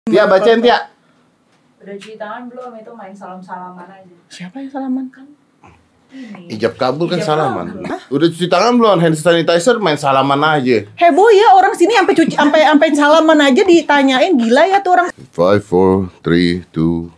Tia, bacain Tia. Udah cuci tangan belum? Itu main salam-salaman aja. Siapa yang salaman? Kan ini. Ijab kabul kan Ijab salaman. kabul. Udah cuci tangan belum? Hand sanitizer main salaman aja. Heboh ya orang sini sampai cuci sampai salaman aja ditanyain, gila ya tuh orang. 5, 4, 3, 2,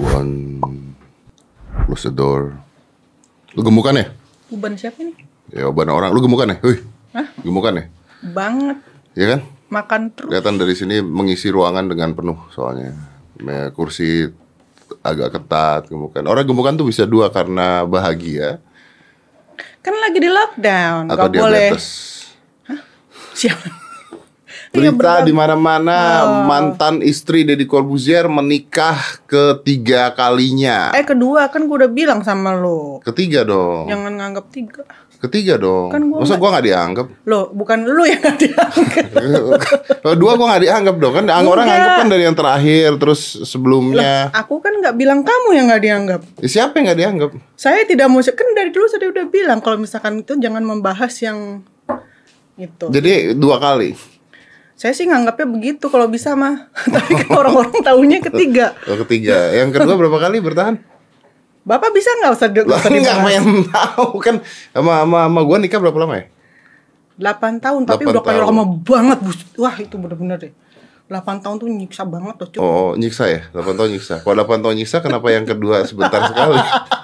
1. Close the door. Lu gemukan ya? Uban siapa nih? Ya uban orang. Lu gemukan ya? Wih. Hah? Gemukan ya? Banget. Iya kan? Makan terus. Kelihatan dari sini mengisi ruangan dengan penuh soalnya. Kursi agak ketat, gemukan. Orang gemukan tuh bisa dua, karena bahagia Kan lagi di lockdown, atau nggak boleh. diabetes. Siapa? Berita di mana-mana, mantan istri Deddy Corbuzier menikah ketiga kalinya. Kedua kan gue udah bilang sama lo. Ketiga dong. Jangan nganggap tiga. Ketiga dong. Kan gua Masa gue gak dianggap? Lo, bukan lu yang nggak diangkat. Dua gue gak dianggap dong. Kan orang nganggap kan dari yang terakhir, terus sebelumnya. Aku kan nggak bilang kamu yang nggak dianggap. Siapa yang gak dianggap? Saya tidak mau, kan dari dulu saya udah bilang kalau misalkan itu jangan membahas yang itu. Jadi 2 kali. Saya sih nganggapnya begitu kalau bisa mah. Tapi kan orang-orang taunya ketiga. Oh, ketiga. Yang kedua berapa kali bertahan? Bapak bisa nggak usah Lah, enggak dibahas? main tahu kan. Sama gue nikah berapa lama ya? 8 tahun, tapi 8 udah kayak tahun. lama banget, Bus. Wah, itu bener-bener deh. 8 tahun tuh nyiksa banget tuh, Cuk. Oh, nyiksa ya? 8 tahun nyiksa. Kalau 8 tahun nyiksa, kenapa yang kedua sebentar sekali?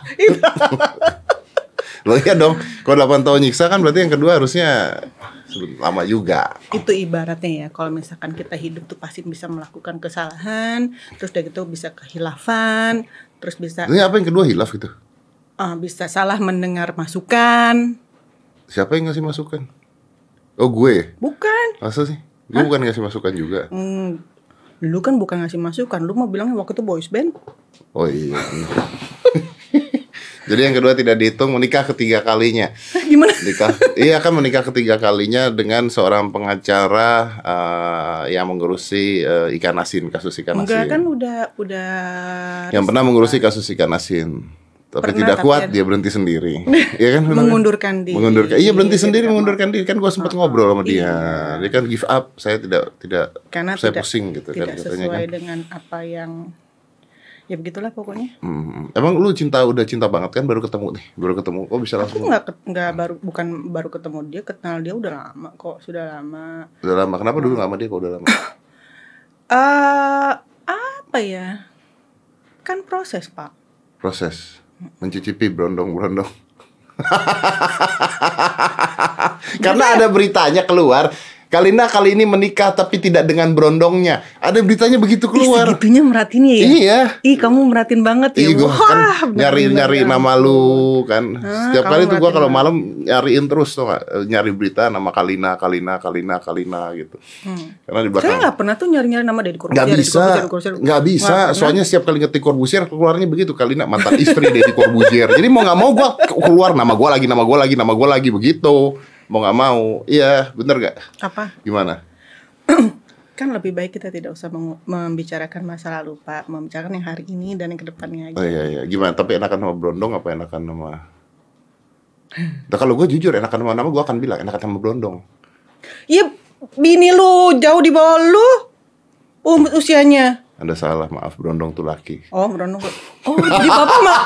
Loh iya dong. Kalau 8 tahun nyiksa kan berarti yang kedua harusnya lama juga. Itu ibaratnya ya, kalau misalkan kita hidup tuh pasti bisa melakukan kesalahan, terus udah gitu bisa kehilafan, terus bisa Ini apa yang kedua hilaf gitu? bisa salah mendengar masukan. Siapa yang ngasih masukan? Oh gue? Bukan. Masa sih? Gue bukan ngasih masukan juga. Lu kan bukan ngasih masukan, lu mau bilangnya waktu itu boys band. Oh iya. Jadi yang kedua tidak dihitung, menikah ketiga kalinya. Gimana? Iya kan, menikah ketiga kalinya dengan seorang pengacara yang mengurusi ikan asin, kasus ikan Enggak, asin. kan udah Yang pernah mengurusi kasus ikan asin. Tapi Pernah, tidak tapi kuat, ada- dia berhenti sendiri. Iya kan? benar kan? mengundurkan diri. Iya, berhenti Jadi sendiri, tidak mengundurkan diri. Kan gue sempat ngobrol sama dia. Iya. Dia kan give up. Saya tidak karena saya tidak, pusing gitu kan tidak katanya sesuai kan. dengan apa yang ya begitulah pokoknya. Emang lu udah cinta banget kan, baru ketemu nih. Baru ketemu. Oh, bisa Aku langsung. nggak bukan baru ketemu dia, kenal dia udah lama kok, sudah lama. Udah lama. Kenapa dulu gak sama dia kalau udah lama? Apa ya? Kan proses, Pak. Proses mencicipi brondong-brondong. Karena ada beritanya keluar, Kalina kali ini menikah tapi tidak dengan brondongnya. Ada beritanya begitu keluar. Segitunya merhatiin ya? Iya. Ih, kamu merhatiin banget ya. Iya, gua kan bener-bener. nyari nama lu kan. Setiap kamu kali tuh gua merhatiin kalau nama. malam nyariin terus tuh nggak, nyari berita nama Kalina gitu. Karena di Saya belakang nggak pernah tuh nyari-nyari nama Deddy Corbuzier. nggak bisa, nggak bisa. Soalnya setiap kali ngetik Corbuzier keluarnya begitu, Kalina mantan istri Deddy Corbuzier. Jadi mau nggak mau gua keluar nama gua lagi begitu. Mau nggak mau, iya bener nggak? Apa? Gimana? Kan lebih baik kita tidak usah membicarakan masa lalu, Pak. Membicarakan yang hari ini dan yang kedepannya aja. Oh iya, gimana? Tapi enakan nama Brondong apa enakan nama? Nah, kalau gue jujur enakan nama gue akan bilang enakan nama Brondong. Iya, bini lu jauh di bawah lu usianya. Anda salah, maaf, Brondong tuh laki. Oh, berondong. Oh, jadi bapak mah.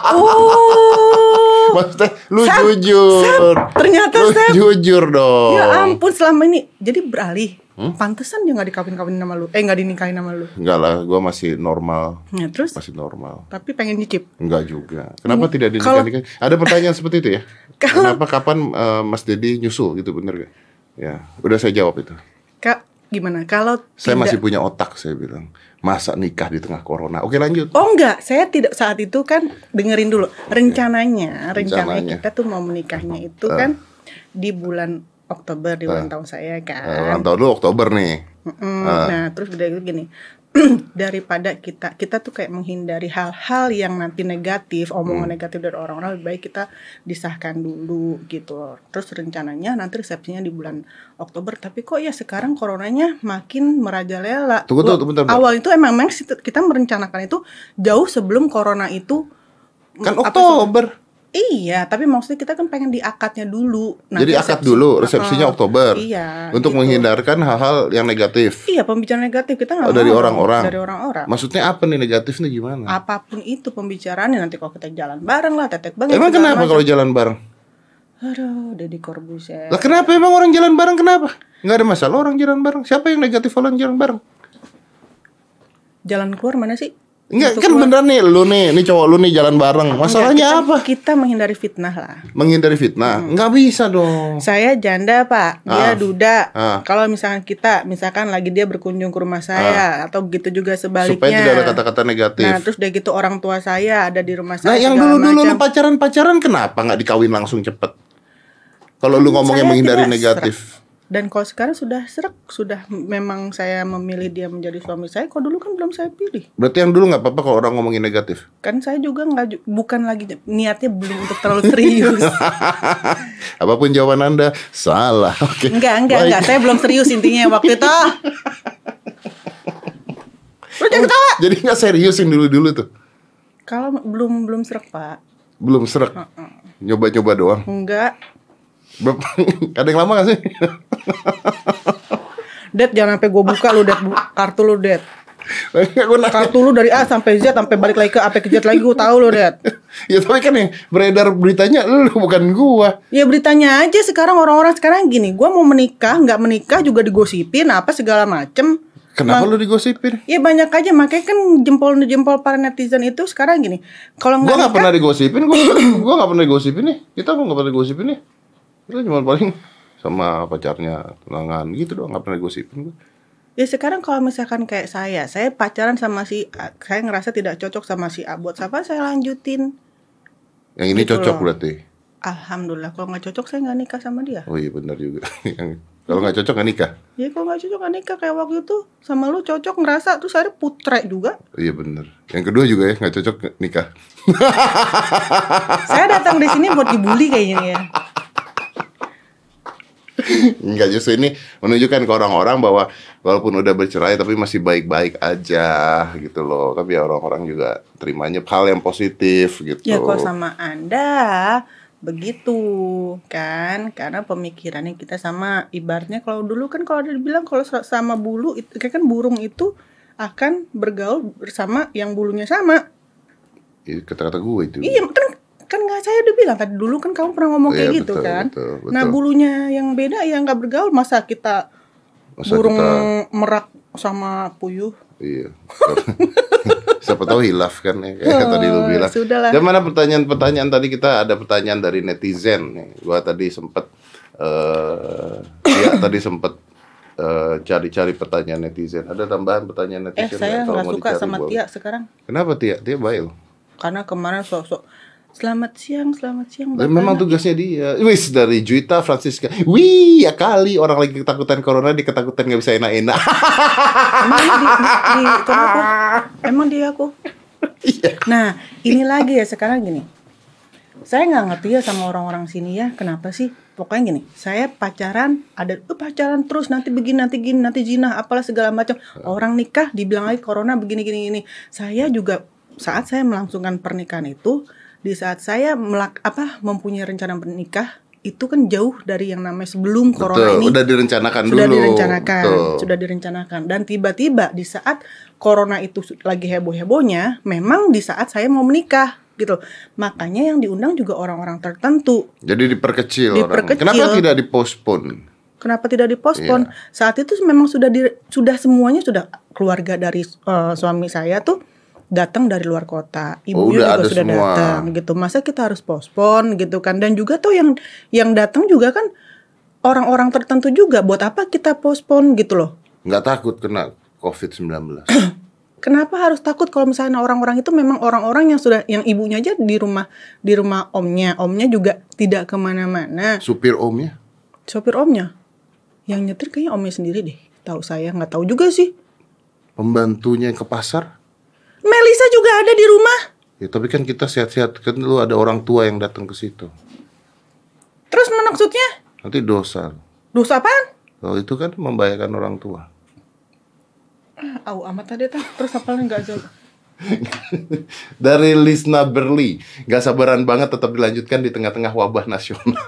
Oh. Maksudnya lu Sep, jujur. ternyata lu Sep. jujur dong. Ya ampun, selama ini jadi beralih. Pantesan dia nggak dikawin-kawinin sama lu. Nggak dinikahin sama lu. Enggak lah, gue masih normal. Ya, terus? Masih normal. Tapi pengen nyicip. Enggak juga. Kenapa tidak Kalau- dinikahin? Ada pertanyaan seperti itu ya? Kalau- Kenapa kapan Mas Deddy nyusul gitu, bener gak? Ya, udah saya jawab itu. Kak, gimana? Kalau Saya tidak... masih punya otak, saya bilang. Masa nikah di tengah corona? Oke, lanjut. Oh enggak, saya tidak saat itu kan dengerin dulu. Rencananya kita tuh mau menikahnya itu kan di bulan Oktober, di ulang tahun saya kan. Ulang tahun lu Oktober nih. Nah, terus udah gitu gini. Daripada kita tuh kayak menghindari hal-hal yang nanti negatif, omongan negatif dari orang-orang, lebih baik kita disahkan dulu gitu. Terus rencananya nanti resepsinya di bulan Oktober, tapi kok ya sekarang coronanya makin merajalela. Tunggu, bentar. Awal itu emang kita merencanakan itu jauh sebelum corona itu Kan apa Oktober. Iya, tapi maksudnya kita kan pengen di akadnya dulu. Jadi akad dulu, resepsinya Oktober. Iya. Untuk gitu. menghindarkan hal-hal yang negatif. Iya, pembicaraan negatif kita nggak mau. Dari orang-orang. Dari orang-orang. Maksudnya apa nih negatif nih gimana? Apapun itu pembicaraannya, nanti kalau kita jalan bareng lah, tetek banget. Emang segala kenapa macam. kalau jalan bareng? Aduh, Deddy Corbuzier. Lah kenapa emang orang jalan bareng kenapa? Nggak ada masalah orang jalan bareng. Siapa yang negatif orang jalan bareng? Jalan keluar mana sih? Enggak, Untuk kan keluar. beneran nih lu nih cowok lu nih jalan bareng. Masalahnya apa? Kita menghindari fitnah lah. Menghindari fitnah. Nggak bisa dong. Saya janda Pak, dia duda. Ah. Kalau misalkan lagi dia berkunjung ke rumah saya atau begitu juga sebaliknya. Supaya tidak ada kata-kata negatif. Nah, terus udah gitu orang tua saya ada di rumah saya. Nah, yang segala dulu-dulu lu macam. pacaran kenapa nggak dikawin langsung cepet? Kalau lu ngomongnya Saya menghindari tidak negatif. Dan kalau sekarang sudah memang saya memilih dia menjadi suami saya. Kalau dulu kan belum saya pilih. Berarti yang dulu nggak apa-apa kalau orang ngomongin negatif. Kan saya juga bukan lagi niatnya belum untuk terlalu serius. Apapun jawaban Anda salah. Oke. Enggak. Baik. Saya belum serius intinya waktu itu. Lu jangan ketawa. Jadi nggak serius yang dulu-dulu tuh. Kalau belum serak Pak. Belum serak. Nyoba-nyoba doang. Enggak. Ada yang lama gak sih? Det, jangan sampai gue buka lu, Det. Kartu lu, Det. Kartu lu dari A sampai Z sampai balik lagi ke A sampai ke Z lagi gue tahu lu, Det. Ya tapi kan yang beredar beritanya lu bukan gua. Ya beritanya aja sekarang orang-orang sekarang gini, gue mau menikah, nggak menikah juga digosipin apa segala macem. Kenapa lu digosipin? Ya banyak aja, makanya kan jempol para netizen itu sekarang gini. Kalau Gua nggak nikah, pernah digosipin, gua nggak pernah digosipin nih. Kita nggak pernah digosipin nih. Kita cuma paling sama pacarnya tunangan gitu doang, nggak pernah digosipin gua. ya sekarang kalau misalkan kayak saya pacaran sama si A, saya ngerasa tidak cocok sama si A, buat siapa saya lanjutin? Yang ini Gitu cocok loh. berarti. Alhamdulillah, kalau nggak cocok saya nggak nikah sama dia. Oh iya benar juga. Kalau nggak cocok nggak nikah. Ya kalau nggak cocok nggak nikah, kayak waktu itu sama lu cocok ngerasa, terus ada putre juga. Iya benar. Yang kedua juga ya nggak cocok nikah. Saya datang di sini buat dibully kayaknya ya. Enggak, justru ini menunjukkan ke orang-orang bahwa walaupun udah bercerai tapi masih baik-baik aja gitu loh. Tapi ya orang-orang juga terimanya hal yang positif gitu. Ya kalau sama Anda begitu kan, karena pemikirannya kita sama. Ibaratnya kalau dulu kan kalau ada dibilang kalau sama bulu itu kan burung itu akan bergaul bersama yang bulunya sama. Itu kata-kata gue itu. Iya kan nggak, saya udah bilang tadi dulu kan kamu pernah ngomong kayak Iya, gitu betul, kan. betul. Nah bulunya yang beda yang nggak bergaul, masa kita Masa burung kita- merak sama puyuh. Iya. Siapa tahu hilaf kan ya kayak tadi lu bilang. Sudahlah. Dan mana pertanyaan tadi, kita ada pertanyaan dari netizen nih. Gua tadi sempet tadi sempet cari-cari pertanyaan netizen. Ada tambahan pertanyaan netizen? Saya Kalau nggak mau suka dicari, sama boleh. Tia sekarang. Kenapa Tia? Tia baik loh. Karena kemarin sok-sok selamat siang Dan Bapak memang Nak." tugasnya dia. Wis dari Juita Francisca. Wih, ya kali orang lagi ketakutan corona, dia ketakutan nggak bisa enak-enak. Emang di kenapa? Emang dia aku. Iya. Nah, ini lagi ya sekarang gini. Saya nggak ngerti ya sama orang-orang sini ya, kenapa sih? Pokoknya gini, saya pacaran, pacaran terus nanti begini, nanti gini, nanti zina, apalah segala macam. Orang nikah dibilang lagi corona begini gini gini. Saya juga saat saya melangsungkan pernikahan itu, di saat saya mempunyai rencana menikah, itu kan jauh dari yang namanya sebelum corona Betul, ini. udah direncanakan Sudah dulu. direncanakan, Betul. sudah direncanakan. Dan tiba-tiba di saat corona itu lagi heboh-hebohnya, memang di saat saya mau menikah gitu. Makanya yang diundang juga orang-orang tertentu. Jadi diperkecil, Diperkecil. orang. Kenapa tidak dipospon? Kenapa tidak dipospon? Iya. Saat itu memang sudah semuanya, sudah keluarga dari suami saya tuh datang dari luar kota, ibunya udah juga ada sudah semua. datang gitu. Masa kita harus pospon gitu kan? Dan juga tuh yang datang juga kan orang-orang tertentu juga. Buat apa kita pospon gitu loh? Nggak takut kena COVID-19? Kenapa harus takut kalau misalnya orang-orang itu memang orang-orang yang ibunya aja di rumah omnya juga tidak kemana-mana. Supir omnya? Sopir omnya yang nyetir kayaknya omnya sendiri deh. Tahu saya nggak tahu juga sih. Pembantunya yang ke pasar? Melisa juga ada di rumah. Ya tapi kan kita sehat-sehat, kan lu ada orang tua yang datang ke situ. Terus maksudnya Nanti dosa. dosa apaan? Kalau itu kan membahayakan orang tua. Amat tadi tuh. Terus apalagi nggak jauh. Dari Lisna Berli, gak sabaran banget tetap dilanjutkan di tengah-tengah wabah nasional.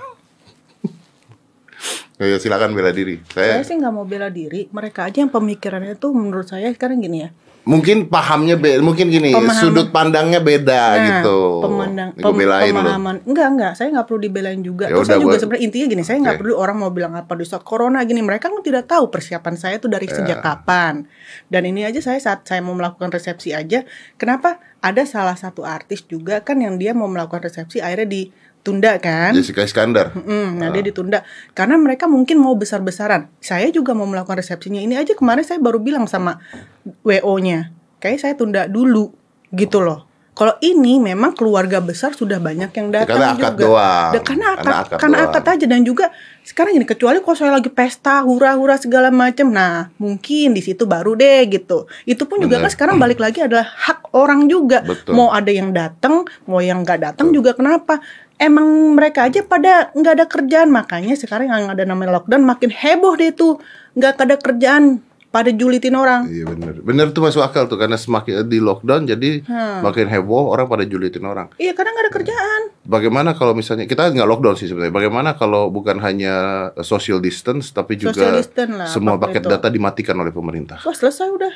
Ya, silakan bela diri. Saya sih nggak mau bela diri. Mereka aja yang pemikirannya tuh menurut saya sekarang gini ya. Mungkin pahamnya mungkin gini, sudut pandangnya beda gitu. Pemahaman. Enggak, saya nggak perlu dibelain juga. Ya Terus saya udah, juga sebenarnya intinya gini, saya nggak perlu orang mau bilang apa di saat corona gini. Mereka kan tidak tahu persiapan saya tuh dari sejak kapan. Dan ini aja saat saya mau melakukan resepsi aja, kenapa ada salah satu artis juga kan yang dia mau melakukan resepsi akhirnya ditunda kan? Jessica Iskandar. Nah dia ditunda karena mereka mungkin mau besar-besaran. Saya juga mau melakukan resepsinya. Ini aja kemarin saya baru bilang sama WO-nya, kayak saya tunda dulu gitu loh. Kalau ini memang keluarga besar sudah banyak yang datang karena akad juga. doang. Karena akad aja. Dan juga sekarang gini, kecuali kalau saya lagi pesta hura-hura segala macam, nah mungkin di situ baru deh gitu. Itu pun juga kan sekarang balik lagi adalah hak orang juga. Betul. Mau ada yang datang, mau yang nggak datang juga kenapa? Emang mereka aja pada nggak ada kerjaan, makanya sekarang yang ada namanya lockdown makin heboh deh tuh, nggak ada kerjaan, pada julitin orang. Iya bener tuh, masuk akal tuh, karena semakin di lockdown jadi makin heboh, orang pada julitin orang. Iya, karena nggak ada kerjaan. Bagaimana kalau misalnya kita nggak lockdown sih sebenarnya? Bagaimana kalau bukan hanya social distance tapi juga semua paket data dimatikan oleh pemerintah? Wah, selesai udah.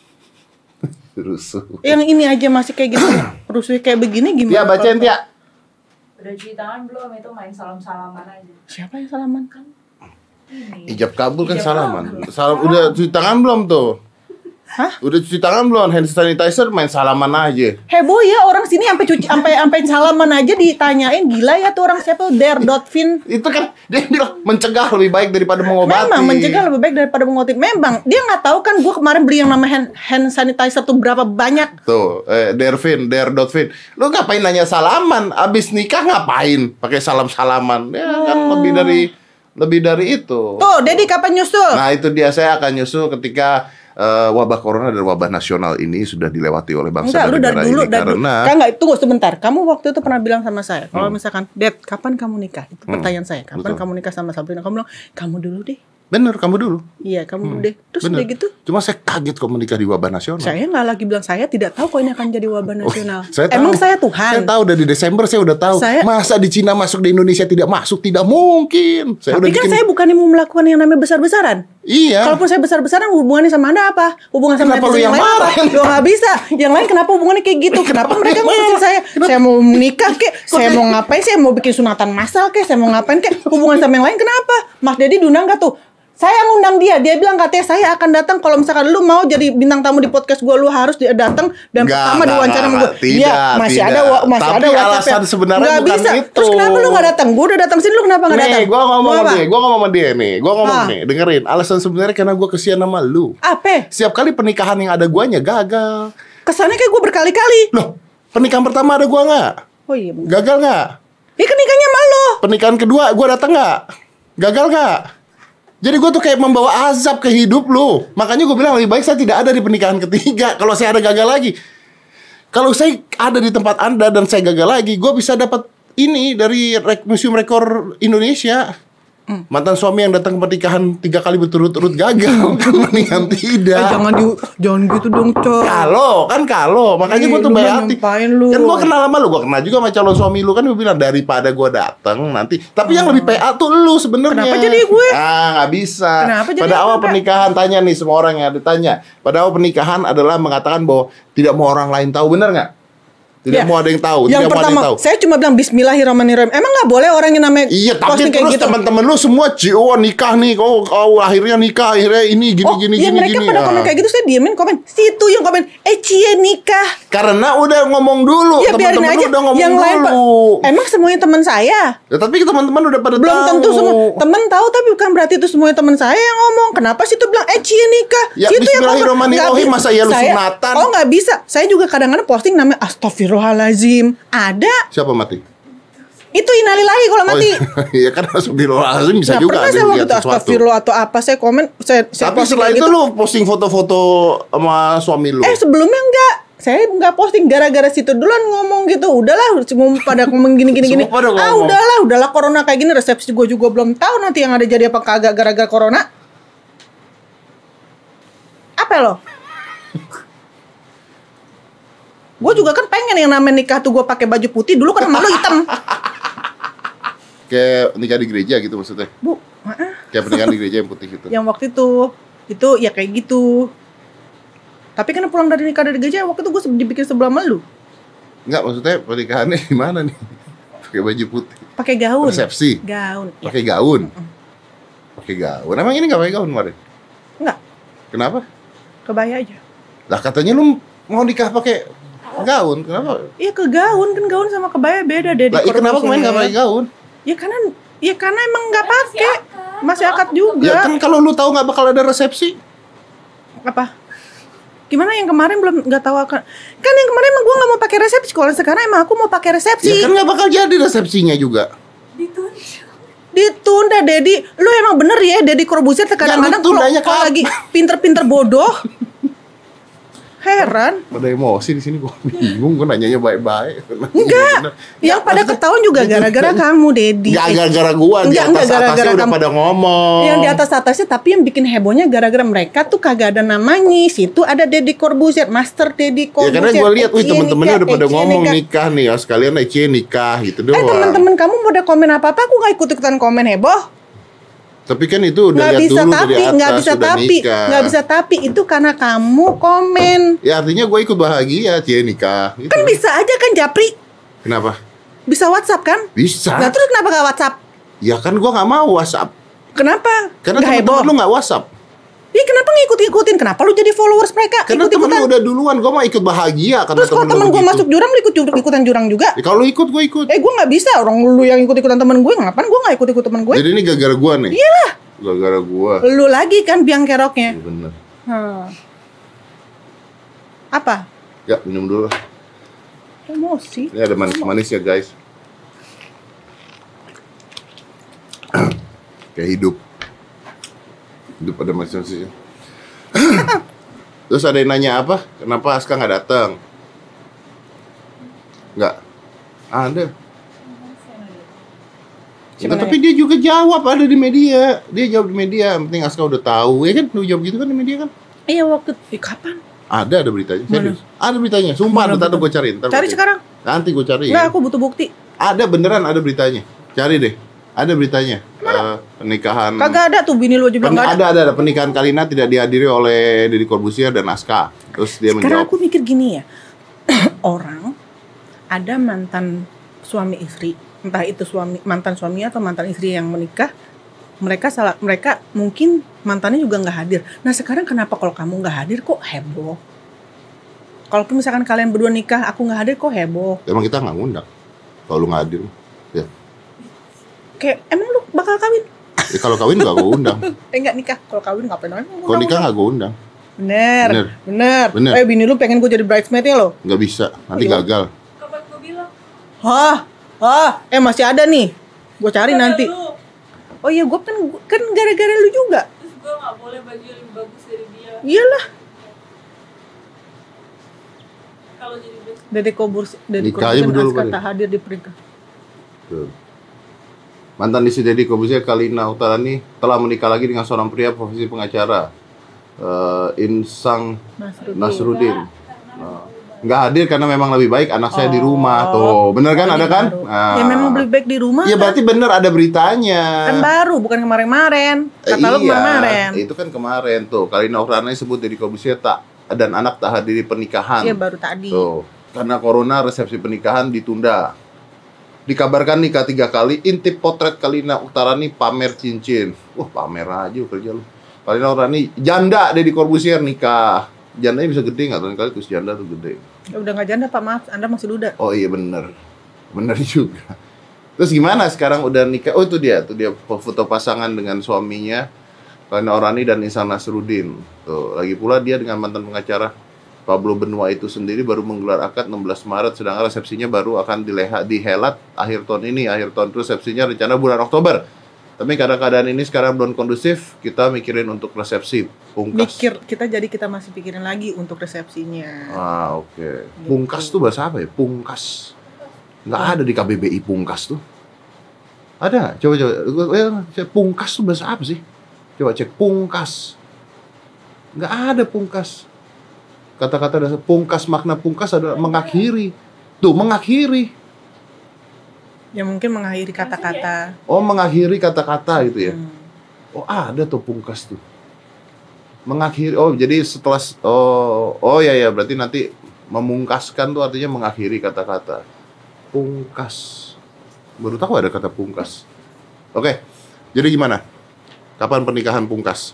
Rusuh. Yang ini aja masih kayak gitu, rusuh kayak begini gimana? Ya bacain Tia. Udah cuci tangan belum? Itu main salam-salaman aja. Siapa yang salaman kan? Ini. Ijab kabul kan salaman. Udah cuci tangan belum tuh? Hah? Udah cuci tangan belum? Hand sanitizer main salaman aja. Heboh ya orang sini sampai salaman aja ditanyain, gila ya tuh orang siapa Dare.Fin. Itu kan dia bilang mencegah lebih baik daripada mengobati. Memang mencegah lebih baik daripada mengobati. Memang dia nggak tahu kan gue kemarin beli yang namanya hand sanitizer tuh berapa banyak. Tuh, Dare.Fin. Lu ngapain nanya salaman? Abis nikah ngapain? Pakai salam-salaman. Ya kan lebih dari itu. Tuh, Dedi kapan nyusul? Nah, itu dia, saya akan nyusul ketika wabah corona dan wabah nasional ini sudah dilewati oleh bangsa dan negara ini. Karena enggak, tunggu sebentar. Kamu waktu itu pernah bilang sama saya, kalau misalkan, Dad, kapan kamu nikah? Itu pertanyaan saya. Kapan kamu nikah sama Sabrina? Kamu bilang, kamu dulu deh. bener, kamu dulu. Iya, kamu dulu deh. Terus Bener. udah gitu. Cuma saya kaget kok menikah di wabah nasional. Saya nggak lagi bilang saya tidak tahu kok ini akan jadi wabah nasional. Saya tahu. Emang saya Tuhan. Saya tahu dari Desember saya udah tahu. Masa di Cina masuk, di Indonesia tidak masuk, tidak mungkin. Tapi kan saya bukannya mau melakukan yang namanya besar-besaran. Iya. Kalaupun saya besar-besaran, hubungannya sama Anda apa? Hubungan sama Kenapa lu yang lain marah? apa? Lo nggak bisa. Yang lain kenapa hubungannya kayak gitu? Kenapa mereka ngurusin saya? Saya mau menikah kek, saya mau ngapain? Saya mau bikin sunatan massal kek, saya mau ngapain kek? Hubungan sama yang lain kenapa? Mas Dedi diundang nggak tuh? Saya ngundang dia bilang katanya saya akan datang kalau misalkan lu mau jadi bintang tamu di podcast gue, lu harus datang dan pertama diwawancara sama gue. Dia masih ada Tapi alasan sebenarnya bukan bisa. itu. Terus kenapa lu nggak datang? Gue udah datang sini, lu kenapa nggak datang? Nih, gue ngomong sama dia nih. Gue ngomong nih, dengerin. Alasan sebenarnya karena gue kesian sama lu. Apa? Setiap kali pernikahan yang ada guanya gagal. Kesannya kayak gue berkali-kali. Loh, pernikahan pertama ada gua nggak? Oh iya bener. Gagal nggak? Ya kan nikahnya sama lo. Pernikahan kedua gua datang nggak? Gagal nggak? Jadi gue tuh kayak membawa azab ke hidup lu. Makanya gue bilang lebih baik saya tidak ada di pernikahan ketiga. Kalau saya ada gagal lagi. Kalau saya ada di tempat Anda dan saya gagal lagi, gue bisa dapat ini dari Museum Rekor Indonesia. Mantan suami yang datang ke pernikahan 3 kali berturut-turut gagal. Mendingan tidak. Jangan gitu dong, Cok. Kalau makanya gue tuh bayati. Kan gue kenal sama lu, gue kenal juga sama calon suami lu, kan gue bilang daripada gue datang nanti. Tapi yang lebih PA tuh lu sebenarnya. Kenapa jadi gue? Nggak bisa. Kenapa jadi pada awal gue? pernikahan, tanya nih semua orang yang ditanya. Pada awal pernikahan adalah mengatakan bahwa tidak mau orang lain tahu, benar nggak? Tidak mau ada yang tahu. Yang pertama, saya cuma bilang Bismillahirrahmanirrahim. Emang nggak boleh orang yang namanya iya, tapi posting terus kayak gitu. teman-teman lu semua nikah nih. Akhirnya nikah, akhirnya ini gini. Mereka pada komen kayak gitu, saya diemin komen. Situ yang komen, cie nikah. Karena udah ngomong dulu. Ya biarin aja. Udah ngomong yang lain dulu. Emang semuanya teman saya? Ya, tapi teman-teman udah pada Belum tahu. tentu semua teman tahu, tapi bukan berarti itu semuanya teman saya yang ngomong. Kenapa situ bilang cie nikah? Ya Situ yang Bismillahirrahmanirrahim, masa ya lu sunatan? Oh nggak bisa. Saya juga kadang-kadang posting namanya Astagfirullahalazim. Ada. Siapa mati? Itu innalillahi kalau mati. Iya kan, astagfirullahaladzim bisa Nah, juga pernah ada saya waktu lihat itu sesuatu. astagfirullah atau apa, saya komen, saya Tapi posting setelah kayak itu gitu. lu posting foto-foto sama suami lu. Sebelumnya enggak. Saya enggak posting gara-gara situ duluan ngomong gitu. Udahlah, semua pada ngomong gini. Semua pada ngomong. Udahlah corona kayak gini, resepsi gue juga belum tahu nanti yang ada jadi apa kagak gara-gara corona. Apa lo? Gue juga kan pengen yang namanya nikah tuh gue pakai baju putih. Dulu kan sama lu hitam. Kayak nikah di gereja gitu maksudnya. Bu, maaf. Kayak pernikahan di gereja yang putih gitu. Yang waktu itu ya kayak gitu. Tapi kan pulang dari nikah dari gereja waktu itu gue dibikin sebelah malu. Enggak, maksudnya pernikahannya gimana nih? Pakai baju putih. Pakai gaun. Resepsi. Gaun. Pakai gaun. Pakai gaun. Emang ini enggak pakai gaun kemarin? Enggak. Kenapa? Kebaya aja. Lah katanya lu mau nikah pakai gaun, kenapa? Iya ke gaun, kan gaun sama kebaya beda deh. Lah kenapa kemarin enggak pakai gaun? Ya karena emang nggak pakai. Masih akad juga. Ya kan kalau lu tahu nggak bakal ada resepsi. Apa? Gimana yang kemarin belum nggak tahu akan? Kan yang kemarin emang gue nggak mau pakai resepsi. Kalau sekarang emang aku mau pakai resepsi. Ya kan nggak bakal jadi resepsinya juga. Ditunda, Dedi. Lu emang bener ya, Dedi Corbuzier kadang-kadang kalau lagi pinter-pinter bodoh. Heran. Pada emosi di sini, gue bingung. Gue nanyanya baik-baik. Enggak. Yang pada ketahuan juga gara-gara kamu, Dedi. Enggak gara-gara gua. Di atas-atasnya udah pada ngomong. Yang di atas-atasnya, tapi yang bikin hebohnya gara-gara mereka tuh kagak ada namanya. Situ ada Dedi Corbuzier, Master Dedi Corbuzier. Ya karena gue lihat, temen-temennya udah pada ngomong nikah nih ya. Sekalian Ece nikah gitu doang. Temen-temen kamu mau udah komen apa-apa, aku gak ikut-ikutan komen heboh. Tapi kan itu udah lihat dulu dari atas, nggak bisa tapi itu karena kamu komen. Ya artinya gue ikut bahagia, Cie nikah. Gitu. Kan bisa aja kan Japri. Kenapa? Bisa WhatsApp kan? Bisa. Nah terus kenapa gak WhatsApp? Ya kan gue gak mau WhatsApp. Kenapa? Karena temen-temen lu gak WhatsApp. Ya kenapa ngikut-ikutin? Kenapa lu jadi followers mereka? Karena temen lu udah duluan, gue mau ikut bahagia. Terus kalau temen gue masuk jurang, lu ikutan jurang juga? Ya, kalau lu ikut, gue ikut. Gue gak bisa, orang lu yang ikut-ikutan temen gue. Ngapain gue gak ikut-ikut temen gue? Jadi ini gara-gara gue nih? Iyalah. Gara-gara gue. Lu lagi kan biang keroknya. Ya, bener. Apa? Ya, minum dulu. Emosi. Ini ada manis-manis ya guys. Kayak hidup ada manis-manisnya. Terus ada yang nanya apa? Kenapa Aska nggak datang? Nggak ada. Tapi dia juga jawab, ada di media. Dia jawab di media. Yang penting Aska udah tahu, ya kan? Lu jawab gitu kan di media kan? Iya waktu kapan? Ada beritanya. Serius. Ada beritanya. Sumpah, ntar gue cariin. Cari sekarang. Nanti gue cari. Nggak, aku butuh bukti. Ada beneran, ada beritanya. Cari deh. Ada beritanya. Pernikahan. Kagak ada tuh, bini lu aja bilang nggak ada. Ada pernikahan Kalina tidak dihadiri oleh Deddy Corbuzier dan Aska. Terus dia menjawab. Sekarang aku mikir gini ya. Orang ada mantan suami istri, entah itu mantan suami atau mantan istri yang menikah, mereka mungkin mantannya juga nggak hadir. Nah sekarang kenapa kalau kamu nggak hadir kok heboh? Kalau misalkan kalian berdua nikah, aku nggak hadir kok heboh? Emang kita nggak ngundang. Kalau lu nggak hadir, ya. Kayak emang lu bakal kawin? Ya, kalau kawin nggak gue undang. Enggak nikah, kalau kawin ngapain aja? Kalau nikah nggak gue undang. Bener. Bini lu pengen gue jadi bridesmaid-nya lo? Nggak bisa, nanti gagal. Kapan gue bilang? Masih ada nih. Gue cari nanti. Oh iya, gue kan gara-gara lu juga. Terus gue gak boleh baju yang lebih bagus dari dia. Iyalah. Kalau jadi best. Deddy Corbuzier Aska tak hadir di pernikahan. Mantan istri Deddy Corbuzier Kalina Uttarani telah menikah lagi dengan seorang pria profesi pengacara, Insang Nasruddin. Nggak hadir karena memang lebih baik anak saya di rumah. Tuh, bener kan? Ada kan? Ya memang lebih baik di rumah. Ya berarti bener ada beritanya. Kan baru, bukan kemarin-kemarin. Kata lu kemarin. Itu kan kemarin tuh. Kalina Uttarani sebut Deddy Corbuzier dan anak tak hadiri pernikahan. Iya baru tadi. Tuh, karena corona resepsi pernikahan ditunda. Dikabarkan nikah 3 kali, intip potret Kalina Uttarani pamer cincin. Wah pamer aja kerja lu. Kalina Uttarani janda Deddy Corbuzier nikah. Jandanya bisa gede nggak? Kali terus janda tuh gede. Ya udah nggak janda Pak, maaf, Anda masih duda. Oh iya bener juga. Terus gimana sekarang udah nikah? Oh itu dia foto pasangan dengan suaminya Kalina Uttarani dan Insang Nasruddin. Tuh lagi pula dia dengan mantan pengacara Pablo Benua itu sendiri baru menggelar akad 16 Maret, sedangkan resepsinya baru akan dihelat akhir tahun ini. Akhir tahun itu resepsinya rencana bulan Oktober. Tapi karena keadaan ini sekarang belum kondusif, kita mikirin untuk resepsi pungkas. Kita masih pikirin lagi untuk resepsinya. Oke. Pungkas tuh bahasa apa ya? Pungkas. Nggak ada di KBBI pungkas tuh. Ada? Coba. Pungkas tuh bahasa apa sih? Coba cek pungkas. Nggak ada pungkas. Kata-kata dasar pungkas, makna pungkas adalah mengakhiri. Tuh, mengakhiri. Ya mungkin mengakhiri kata-kata. Oh, mengakhiri kata-kata gitu ya. Oh, ada tuh pungkas tuh. Mengakhiri. Oh, jadi setelah ya berarti nanti memungkaskan tuh artinya mengakhiri kata-kata. Pungkas. Baru tahu ada kata pungkas. Oke. Jadi gimana? Kapan pernikahan pungkas?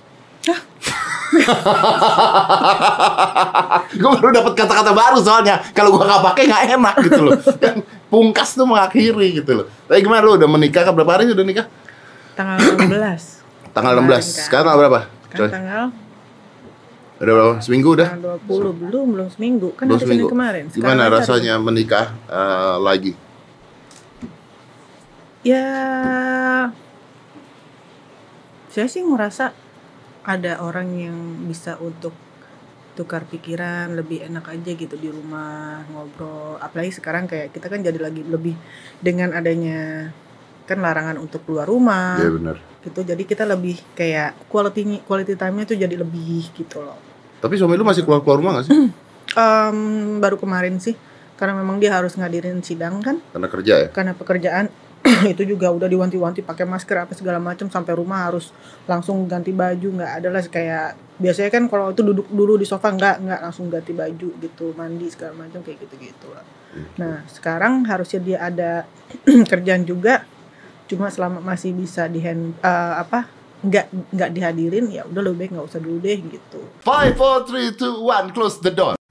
Gue baru dapat kata-kata baru soalnya. Kalau gue nggak pakai nggak enak gitu loh. Kan pungkas tuh mengakhiri gitu loh. Tapi gimana lu udah menikah? Berapa hari udah nikah? Tanggal 16. Tanggal 16. Sekarang tanggal berapa? Kan tanggal udah berapa? Seminggu udah? Tanggal 20 belum seminggu. Kan Belum hari seminggu. Senin kemarin. Gimana rasanya menikah lagi? Ya, saya sih ngerasa ada orang yang bisa untuk tukar pikiran, lebih enak aja gitu di rumah ngobrol. Apalagi sekarang kayak kita kan jadi lagi lebih dengan adanya kan larangan untuk keluar rumah. Iya benar. Gitu. Jadi kita lebih kayak quality time-nya tuh jadi lebih gitu loh. Tapi suami lu masih keluar rumah gak sih? Baru kemarin sih. Karena memang dia harus ngadirin sidang kan. Karena kerja ya? Karena pekerjaan. Itu juga udah diwanti-wanti pakai masker apa segala macam, sampai rumah harus langsung ganti baju, nggak ada lah kayak biasanya kan kalau itu duduk dulu di sofa nggak langsung ganti baju gitu, mandi segala macam kayak gitu lah. Nah sekarang harusnya dia ada kerjaan juga, cuma selama masih bisa nggak dihadirin ya udah lebih baik nggak usah dulu deh gitu. 5, 4, 3, 2, 1, close the door.